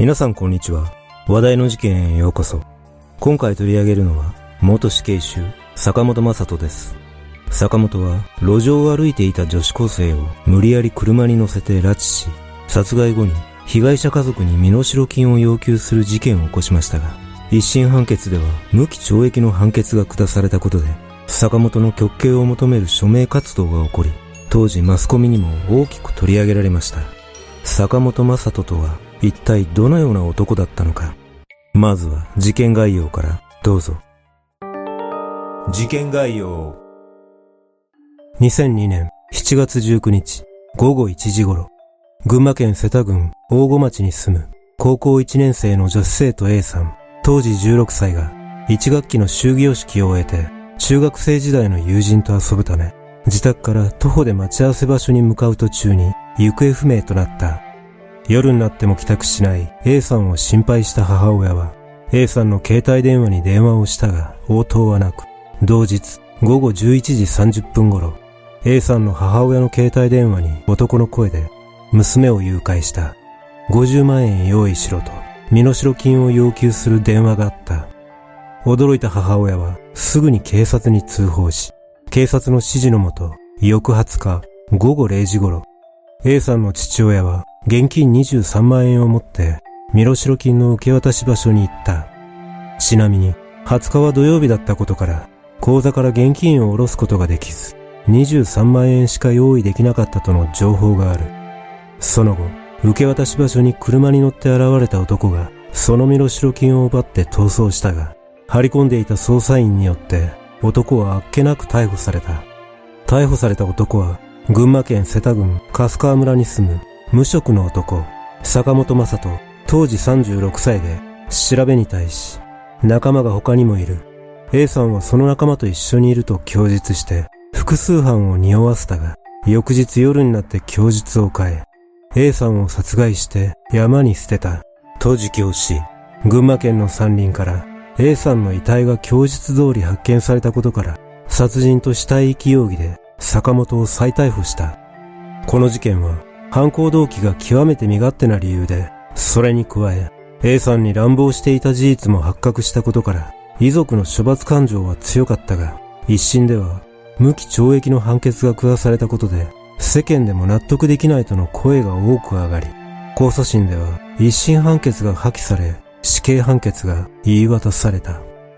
皆さんこんにちは。話題の事件へようこそ。今回取り上げるのは元死刑囚坂本雅人です。坂本は路上を歩いていた女子高生を無理やり車に乗せて拉致し、殺害後に被害者家族に身代金を要求する事件を起こしましたが、一審判決では無期懲役の判決が下されたことで、坂本の極刑を求める署名活動が起こり、当時マスコミにも大きく取り上げられました。坂本雅人とは一体どのような男だったのか。まずは事件概要からどうぞ。事件概要。2002年7月19日午後1時頃、群馬県世田郡大子町に住む高校1年生の女子生徒 A さん、当時16歳が1学期の終業式を終えて中学生時代の友人と遊ぶため、自宅から徒歩で待ち合わせ場所に向かう途中に行方不明となった。夜になっても帰宅しない A さんを心配した母親は A さんの携帯電話に電話をしたが応答はなく、同日午後11時30分頃、A さんの母親の携帯電話に男の声で、娘を誘拐した。50万円用意しろと身代金を要求する電話があった。驚いた母親はすぐに警察に通報し、警察の指示のもと、翌20日午後0時頃、A さんの父親は現金23万円を持って身代金の受け渡し場所に行った。ちなみに20日は土曜日だったことから口座から現金を下ろすことができず、23万円しか用意できなかったとの情報がある。その後、受け渡し場所に車に乗って現れた男がその身代金を奪って逃走したが、張り込んでいた捜査員によって男はあっけなく逮捕された。逮捕された男は群馬県世田郡春川村に住む無職の男、坂本雅人、当時36歳で、調べに対し、仲間が他にもいる。A さんはその仲間と一緒にいると供述して、複数犯を匂わせたが、翌日夜になって供述を変え、A さんを殺害して山に捨てた、と自供し、群馬県の山林から A さんの遺体が供述通り発見されたことから、殺人と死体遺棄容疑で坂本を再逮捕した。この事件は、犯行動機が極めて身勝手な理由で、それに加え、A さんに乱暴していた事実も発覚したことから、遺族の処罰感情は強かったが、一審では無期懲役の判決が下されたことで、世間でも納得できないとの声が多く上がり、控訴審では一審判決が破棄され、死刑判決が言い渡された。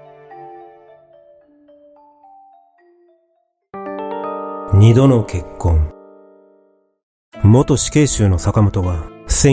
二度の結婚。元死刑囚の坂本は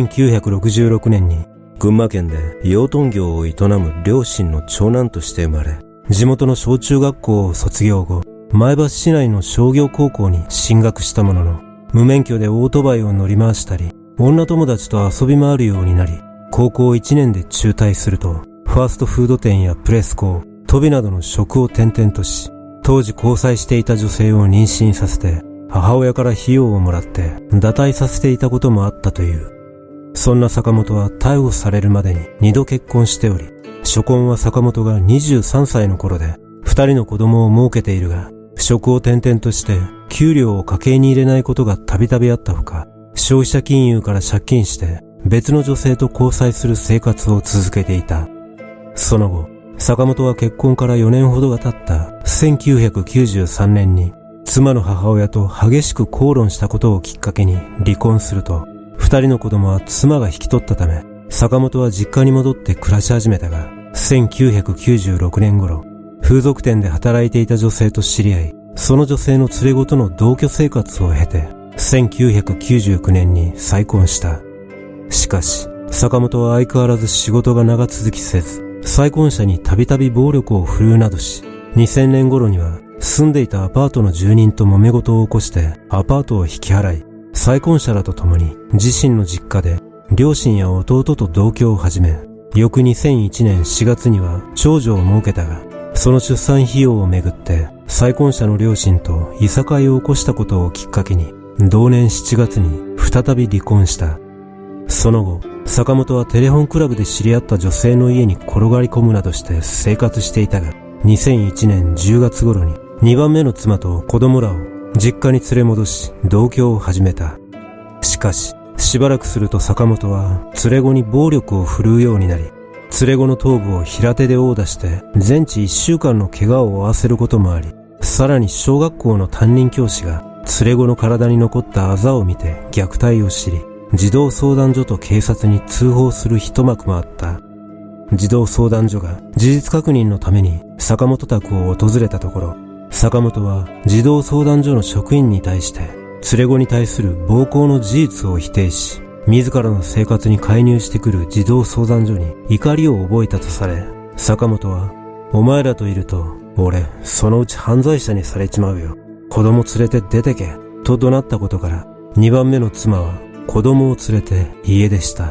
1966年に群馬県で養豚業を営む両親の長男として生まれ、地元の小中学校を卒業後、前橋市内の商業高校に進学したものの、無免許でオートバイを乗り回したり、女友達と遊び回るようになり、高校1年で中退すると、ファーストフード店やプレス工、飛びなどの職を転々とし、当時交際していた女性を妊娠させて、母親から費用をもらって堕胎させていたこともあったという。そんな坂本は逮捕されるまでに2度結婚しており、初婚は坂本が23歳の頃で2人の子供を設けているが、職を転々として給料を家計に入れないことがたびたびあったほか、消費者金融から借金して別の女性と交際する生活を続けていた。その後、坂本は結婚から4年ほどが経った1993年に妻の母親と激しく口論したことをきっかけに離婚すると、二人の子供は妻が引き取ったため、坂本は実家に戻って暮らし始めたが、1996年頃、風俗店で働いていた女性と知り合い、その女性の連れ子との同居生活を経て、1999年に再婚した。しかし、坂本は相変わらず仕事が長続きせず、再婚者にたびたび暴力を振るうなどし、2000年頃には、住んでいたアパートの住人と揉め事を起こしてアパートを引き払い、再婚者らと共に自身の実家で両親や弟と同居を始め、翌2001年4月には長女を設けたが、その出産費用をめぐって再婚者の両親といさかいを起こしたことをきっかけに、同年7月に再び離婚した。その後、坂本はテレホンクラブで知り合った女性の家に転がり込むなどして生活していたが、2001年10月頃に2番目の妻と子供らを実家に連れ戻し同居を始めた。しかししばらくすると坂本は連れ子に暴力を振るうようになり、連れ子の頭部を平手で殴打して全治1週間の怪我を負わせることもあり、さらに小学校の担任教師が連れ子の体に残ったあざを見て虐待を知り、児童相談所と警察に通報する一幕もあった。児童相談所が事実確認のために坂本宅を訪れたところ、坂本は児童相談所の職員に対して連れ子に対する暴行の事実を否定し、自らの生活に介入してくる児童相談所に怒りを覚えたとされ、坂本は、お前らといると俺そのうち犯罪者にされちまうよ、子供連れて出てけと怒鳴ったことから、2番目の妻は子供を連れて家出した。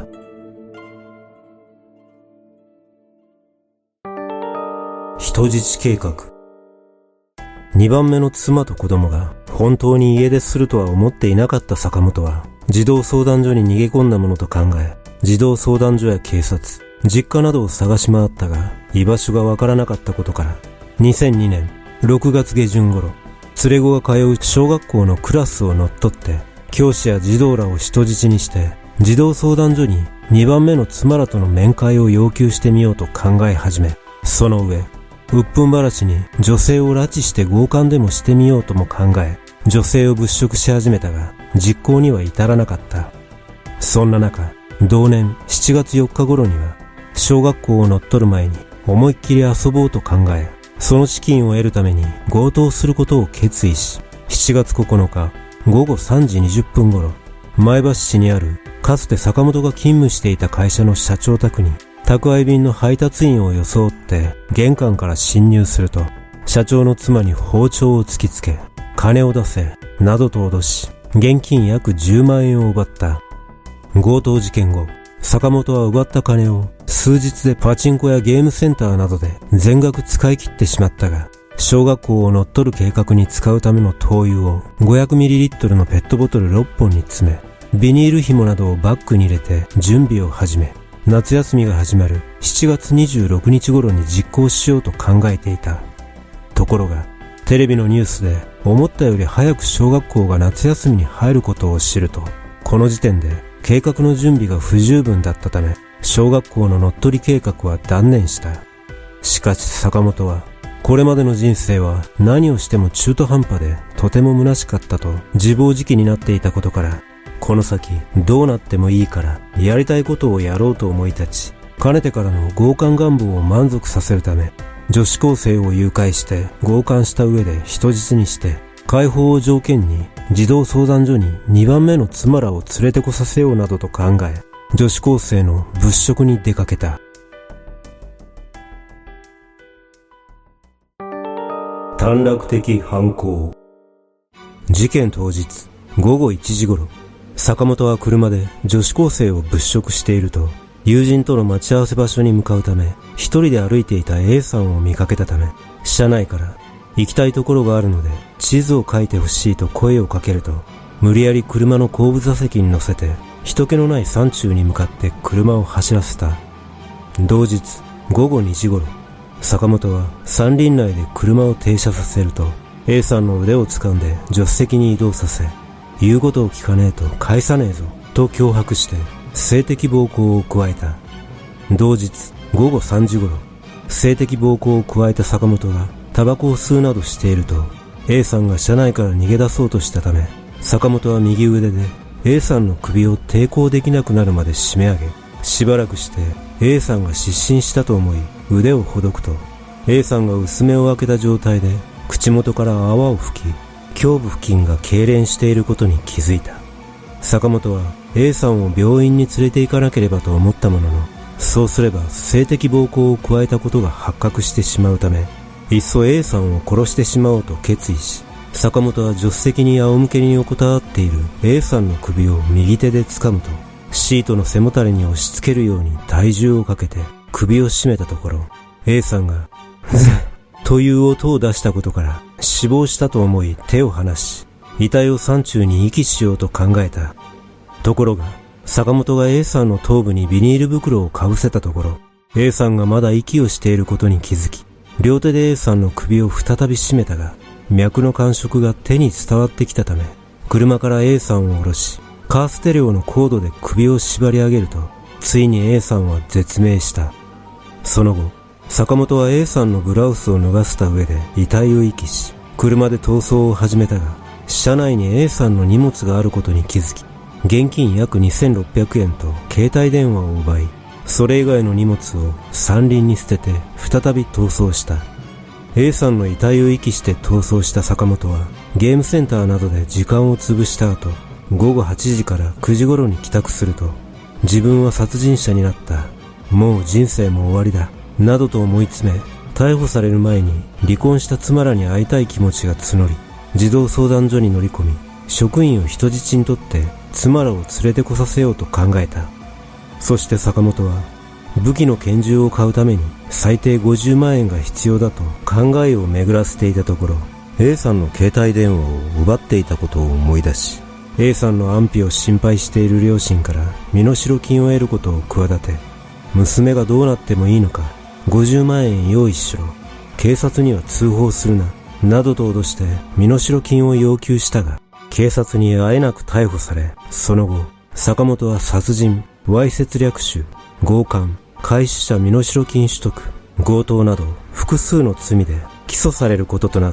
人質計画。2番目の妻と子供が本当に家出するとは思っていなかった坂本は、児童相談所に逃げ込んだものと考え、児童相談所や警察、実家などを探し回ったが、居場所がわからなかったことから、2002年6月下旬頃、連れ子が通う小学校のクラスを乗っ取って、教師や児童らを人質にして、児童相談所に2番目の妻らとの面会を要求してみようと考え始め、その上、鬱憤晴らしに女性を拉致して強姦でもしてみようとも考え、女性を物色し始めたが、実行には至らなかった。そんな中、同年7月4日頃には、小学校を乗っ取る前に思いっきり遊ぼうと考え、その資金を得るために強盗することを決意し、7月9日午後3時20分頃、前橋市にあるかつて坂本が勤務していた会社の社長宅に、宅配便の配達員を装って玄関から侵入すると、社長の妻に包丁を突きつけ、金を出せなどと脅し、現金約10万円を奪った。強盗事件後、坂本は奪った金を数日でパチンコやゲームセンターなどで全額使い切ってしまったが、小学校を乗っ取る計画に使うための灯油を 500ml のペットボトル6本に詰め、ビニール紐などをバッグに入れて準備を始め、夏休みが始まる7月26日頃に実行しようと考えていた。ところが、テレビのニュースで思ったより早く小学校が夏休みに入ることを知ると、この時点で計画の準備が不十分だったため、小学校の乗っ取り計画は断念した。しかし坂本は、これまでの人生は何をしても中途半端でとても虚しかったと自暴自棄になっていたことから、この先どうなってもいいからやりたいことをやろうと思い立ち、かねてからの強姦願望を満足させるため、女子高生を誘拐して強姦した上で人質にして、解放を条件に児童相談所に2番目の妻らを連れてこさせようなどと考え、女子高生の物色に出かけた。短絡的犯行。事件当日午後1時頃、坂本は車で女子高生を物色していると、友人との待ち合わせ場所に向かうため一人で歩いていた A さんを見かけたため、車内から行きたいところがあるので地図を書いてほしいと声をかけると、無理やり車の後部座席に乗せて人気のない山中に向かって車を走らせた。同日午後2時頃、坂本は山林内で車を停車させると、 A さんの腕を掴んで助手席に移動させ、言うことを聞かねえと返さねえぞと脅迫して性的暴行を加えた。同日午後3時頃、性的暴行を加えた坂本がタバコを吸うなどしていると、 A さんが車内から逃げ出そうとしたため、坂本は右腕で A さんの首を抵抗できなくなるまで締め上げ、しばらくして A さんが失神したと思い腕をほどくと、 A さんが薄目を開けた状態で口元から泡を吹き、胸部付近が痙攣していることに気づいた。坂本は A さんを病院に連れて行かなければと思ったものの、そうすれば性的暴行を加えたことが発覚してしまうため、いっそ A さんを殺してしまおうと決意し、坂本は助手席に仰向けに横たわっている A さんの首を右手で掴むと、シートの背もたれに押し付けるように体重をかけて首を絞めたところ、 A さんがズッという音を出したことから死亡したと思い手を離し、遺体を山中に遺棄しようと考えた。ところが坂本が A さんの頭部にビニール袋をかぶせたところ、 A さんがまだ息をしていることに気づき、両手で A さんの首を再び絞めたが、脈の感触が手に伝わってきたため、車から A さんを下ろし、 カーステレオのコードで首を縛り上げると、ついに A さんは絶命した。その後、坂本は A さんのブラウスを脱がせた上で遺体を遺棄し、車で逃走を始めたが、車内に A さんの荷物があることに気づき、現金約2600円と携帯電話を奪い、それ以外の荷物を山林に捨てて再び逃走した。A さんの遺体を遺棄して逃走した坂本は、ゲームセンターなどで時間を潰した後、午後8時から9時頃に帰宅すると、自分は殺人者になった。もう人生も終わりだ。などと思い詰め、逮捕される前に離婚した妻らに会いたい気持ちが募り、児童相談所に乗り込み、職員を人質にとって妻らを連れてこさせようと考えた。そして坂本は、武器の拳銃を買うために最低50万円が必要だと考えを巡らせていたところ、A さんの携帯電話を奪っていたことを思い出し、A さんの安否を心配している両親から身代金を得ることを企て、娘がどうなってもいいのか、50万円用意しろ、警察には通報するな、などと脅して身代金を要求したが、警察にあえなく逮捕され、その後、坂本は殺人、わいせつ略取、強姦、拐取者身代金取得、強盗など複数の罪で起訴されることとなった。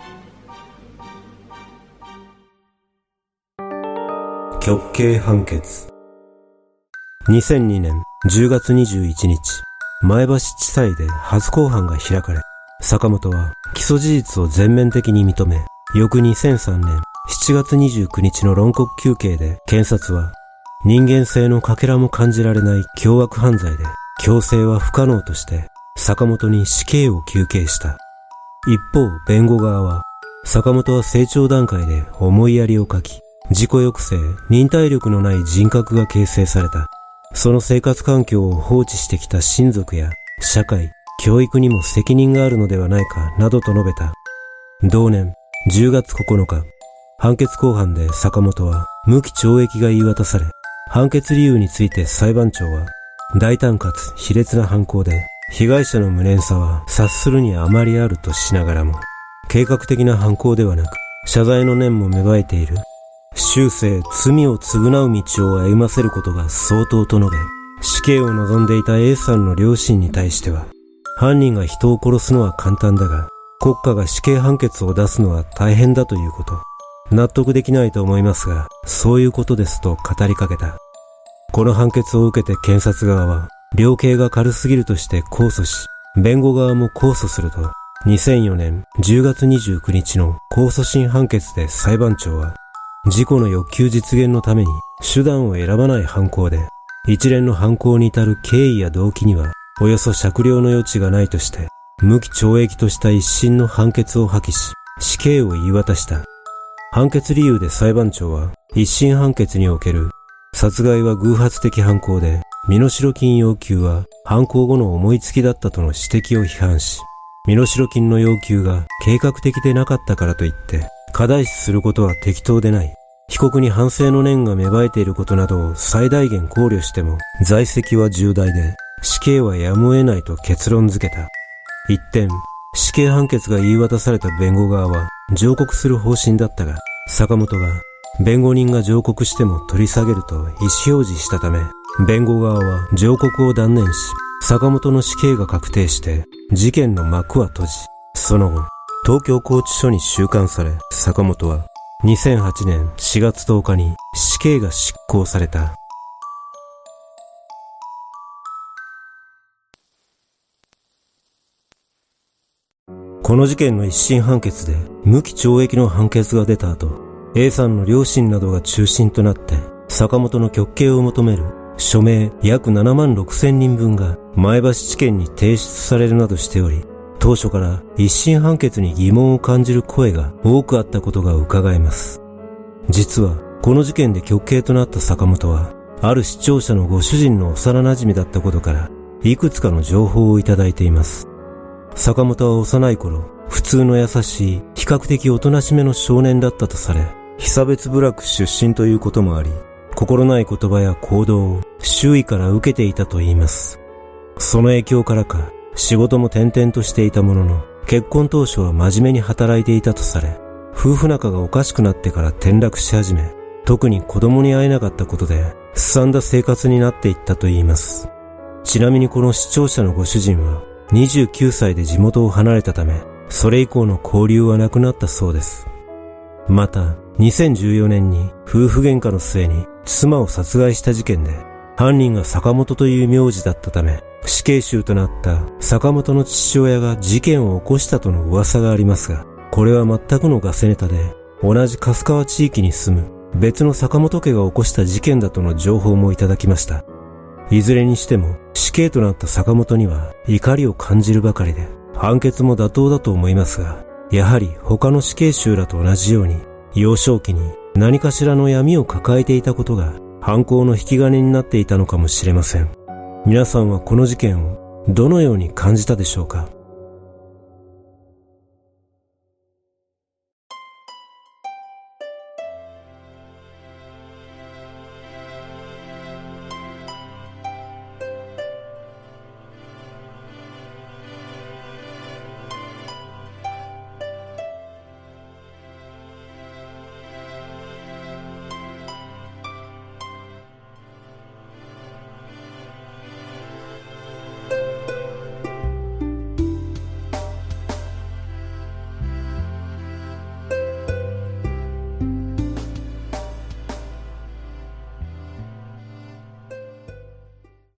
極刑判決。2002年10月21日、前橋地裁で初公判が開かれ、坂本は起訴事実を全面的に認め、翌2003年7月29日の論告求刑で検察は、人間性のかけらも感じられない凶悪犯罪で強制は不可能として坂本に死刑を求刑した。一方、弁護側は、坂本は成長段階で思いやりを欠き、自己抑制、忍耐力のない人格が形成された。その生活環境を放置してきた親族や社会、教育にも責任があるのではないかなどと述べた。同年10月9日、判決公判で坂本は無期懲役が言い渡され、判決理由について裁判長は、大胆かつ卑劣な犯行で被害者の無念さは察するにあまりあるとしながらも、計画的な犯行ではなく謝罪の念も芽生えている。終生罪を償う道を歩ませることが相当と述べ、死刑を望んでいた A さんの両親に対しては、犯人が人を殺すのは簡単だが、国家が死刑判決を出すのは大変だということ。納得できないと思いますが、そういうことですと語りかけた。この判決を受けて検察側は、量刑が軽すぎるとして控訴し、弁護側も控訴すると、2004年10月29日の控訴審判決で裁判長は、自己の欲求実現のために手段を選ばない犯行で、一連の犯行に至る経緯や動機には、およそ酌量の余地がないとして、無期懲役とした一審の判決を破棄し、死刑を言い渡した。判決理由で裁判長は、一審判決における、殺害は偶発的犯行で、身代金要求は犯行後の思いつきだったとの指摘を批判し、身代金の要求が計画的でなかったからといって、過大視することは適当でない。被告に反省の念が芽生えていることなどを最大限考慮しても、在籍は重大で、死刑はやむを得ないと結論付けた。一点、死刑判決が言い渡された弁護側は上告する方針だったが、坂本が弁護人が上告しても取り下げると意思表示したため、弁護側は上告を断念し、坂本の死刑が確定して事件の幕は閉じ、その後、東京拘置所に収監され、坂本は2008年4月10日に死刑が執行された。この事件の一審判決で無期懲役の判決が出た後、A さんの両親などが中心となって坂本の極刑を求める署名約7万6千人分が前橋地検に提出されるなどしており、当初から一審判決に疑問を感じる声が多くあったことが伺えます。実はこの事件で極刑となった坂本は、ある視聴者のご主人の幼馴染だったことから、いくつかの情報をいただいています。坂本は幼い頃、普通の優しい、比較的おとなしめの少年だったとされ、被差別部落出身ということもあり、心ない言葉や行動を周囲から受けていたといいます。その影響からか、仕事も転々としていたものの、結婚当初は真面目に働いていたとされ、夫婦仲がおかしくなってから転落し始め、 特に子供に会えなかったことで、すさんだ生活になっていったと言います。ちなみにこの視聴者のご主人は、29歳で地元を離れたため、それ以降の交流はなくなったそうです。また、2014年に夫婦喧嘩の末に妻を殺害した事件で、犯人が坂本という名字だったため、死刑囚となった坂本の父親が事件を起こしたとの噂がありますが、これは全くのガセネタで、同じ春日川地域に住む別の坂本家が起こした事件だとの情報もいただきました。いずれにしても死刑となった坂本には怒りを感じるばかりで、判決も妥当だと思いますが、やはり他の死刑囚らと同じように、幼少期に何かしらの闇を抱えていたことが犯行の引き金になっていたのかもしれません。皆さんはこの事件をどのように感じたでしょうか？